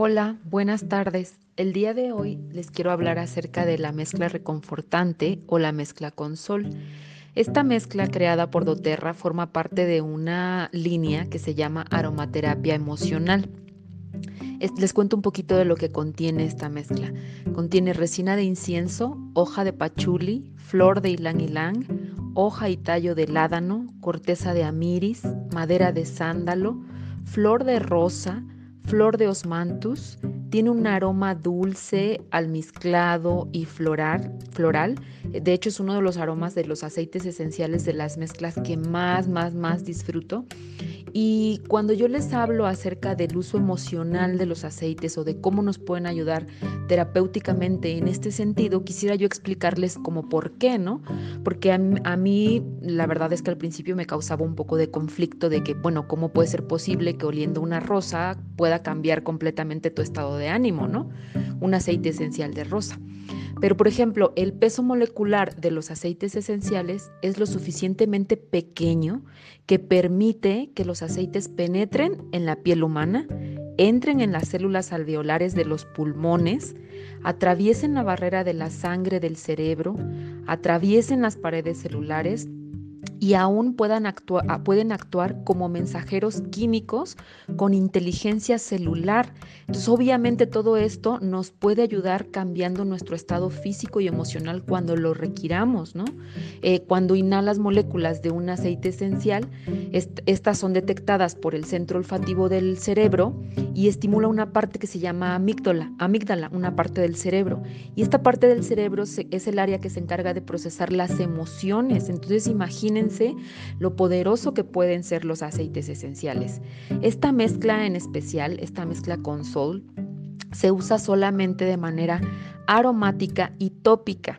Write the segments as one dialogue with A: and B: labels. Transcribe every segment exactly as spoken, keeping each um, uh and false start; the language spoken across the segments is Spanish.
A: Hola, buenas tardes. El día de hoy les quiero hablar acerca de la mezcla reconfortante o la mezcla con sol. Esta mezcla creada por doTERRA forma parte de una línea que se llama aromaterapia emocional. Es- les cuento un poquito de lo que contiene esta mezcla. Contiene resina de incienso, hoja de pachuli, flor de ylang ylang, hoja y tallo de ládano, corteza de amiris, madera de sándalo, flor de rosa, flor de osmanthus. Tiene un aroma dulce, almizclado y floral, floral. De hecho, es uno de los aromas de los aceites esenciales de las mezclas que más, más, más disfruto. Y cuando yo les hablo acerca del uso emocional de los aceites o de cómo nos pueden ayudar terapéuticamente en este sentido, quisiera yo explicarles como por qué, ¿no? Porque a, mí- a mí la verdad es que al principio me causaba un poco de conflicto de que, bueno, ¿cómo puede ser posible que oliendo una rosa pueda cambiar completamente tu estado de ánimo, ¿no? Un aceite esencial de rosa. Pero, por ejemplo, el peso molecular de los aceites esenciales es lo suficientemente pequeño que permite que los aceites penetren en la piel humana, entren en las células alveolares de los pulmones, atraviesen la barrera de la sangre del cerebro, atraviesen las paredes celulares y aún puedan actua- ah, pueden actuar como mensajeros químicos con inteligencia celular. Entonces, obviamente todo esto nos puede ayudar cambiando nuestro estado físico y emocional cuando lo requiramos, ¿no? Eh, cuando inhalas moléculas de un aceite esencial, est estas son detectadas por el centro olfativo del cerebro y estimula una parte que se llama amígdala, amígdala, una parte del cerebro. Y esta parte del cerebro se, es el área que se encarga de procesar las emociones. Entonces imagínense lo poderoso que pueden ser los aceites esenciales. Esta mezcla en especial, esta mezcla con sol, se usa solamente de manera aromática y tópica.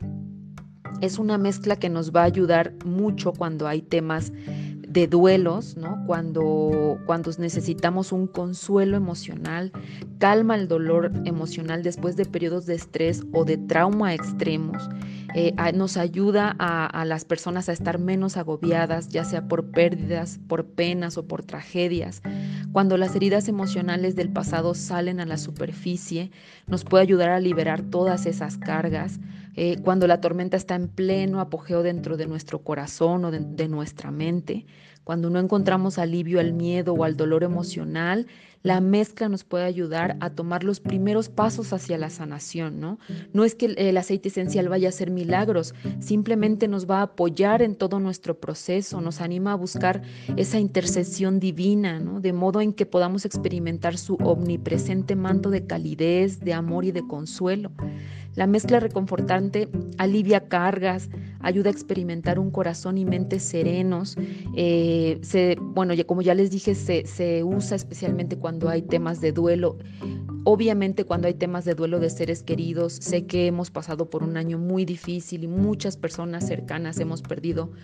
A: Es una mezcla que nos va a ayudar mucho cuando hay temas de duelos, ¿no? Cuando, cuando necesitamos un consuelo emocional, calma el dolor emocional después de periodos de estrés o de trauma extremos. Eh, a, nos ayuda a, a las personas a estar menos agobiadas, ya sea por pérdidas, por penas o por tragedias. Cuando las heridas emocionales del pasado salen a la superficie, nos puede ayudar a liberar todas esas cargas. Eh, cuando la tormenta está en pleno apogeo dentro de nuestro corazón o de, de nuestra mente, cuando no encontramos alivio al miedo o al dolor emocional, la mezcla nos puede ayudar a tomar los primeros pasos hacia la sanación, ¿no? No es que el, el aceite esencial vaya a hacer milagros, simplemente nos va a apoyar en todo nuestro proceso, nos anima a buscar esa intercesión divina, ¿no? De modo en que podamos experimentar su omnipresente manto de calidez, de amor y de consuelo. La mezcla reconfortante alivia cargas, ayuda a experimentar un corazón y mente serenos. Eh, se, bueno, ya, como ya les dije, se, se usa especialmente cuando hay temas de duelo. Obviamente cuando hay temas de duelo de seres queridos, sé que hemos pasado por un año muy difícil y muchas personas cercanas hemos perdido,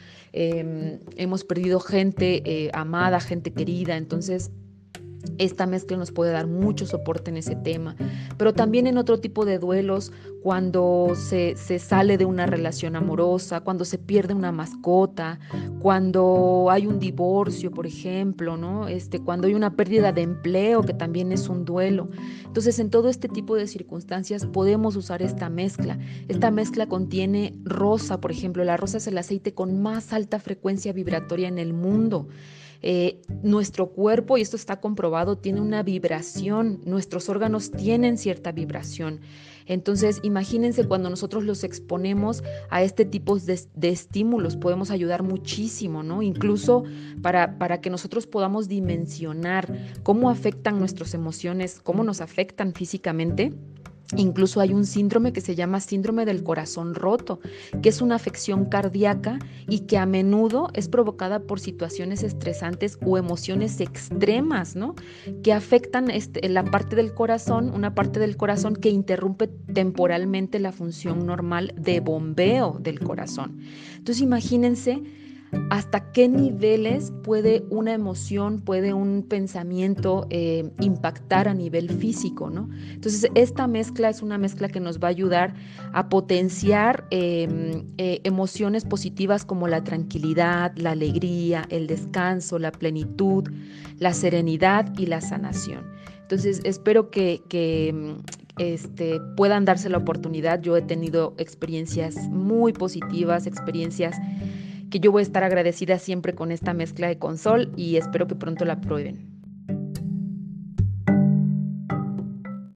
A: eh, hemos perdido gente eh, amada, gente querida. Entonces, esta mezcla nos puede dar mucho soporte en ese tema, pero también en otro tipo de duelos, cuando se, se sale de una relación amorosa, cuando se pierde una mascota, cuando hay un divorcio, por ejemplo, ¿no? Este, cuando hay una pérdida de empleo, que también es un duelo. Entonces, en todo este tipo de circunstancias podemos usar esta mezcla. Esta mezcla contiene rosa, por ejemplo. La rosa es el aceite con más alta frecuencia vibratoria en el mundo. Eh, nuestro cuerpo, y esto está comprobado, tiene una vibración, nuestros órganos tienen cierta vibración. Entonces, imagínense cuando nosotros los exponemos a este tipo de, de estímulos, podemos ayudar muchísimo, ¿no? Incluso para, para que nosotros podamos dimensionar cómo afectan nuestras emociones, cómo nos afectan físicamente. Incluso hay un síndrome que se llama síndrome del corazón roto, que es una afección cardíaca y que a menudo es provocada por situaciones estresantes o emociones extremas, ¿no? Que afectan este, la parte del corazón, una parte del corazón que interrumpe temporalmente la función normal de bombeo del corazón. Entonces, imagínense hasta qué niveles puede una emoción, puede un pensamiento eh, impactar a nivel físico, ¿no? Entonces, esta mezcla es una mezcla que nos va a ayudar a potenciar eh, eh, emociones positivas como la tranquilidad, la alegría, el descanso, la plenitud, la serenidad y la sanación. Entonces, espero que, que este, puedan darse la oportunidad. Yo he tenido experiencias muy positivas, experiencias que yo voy a estar agradecida siempre con esta mezcla de Consol y espero que pronto la prueben.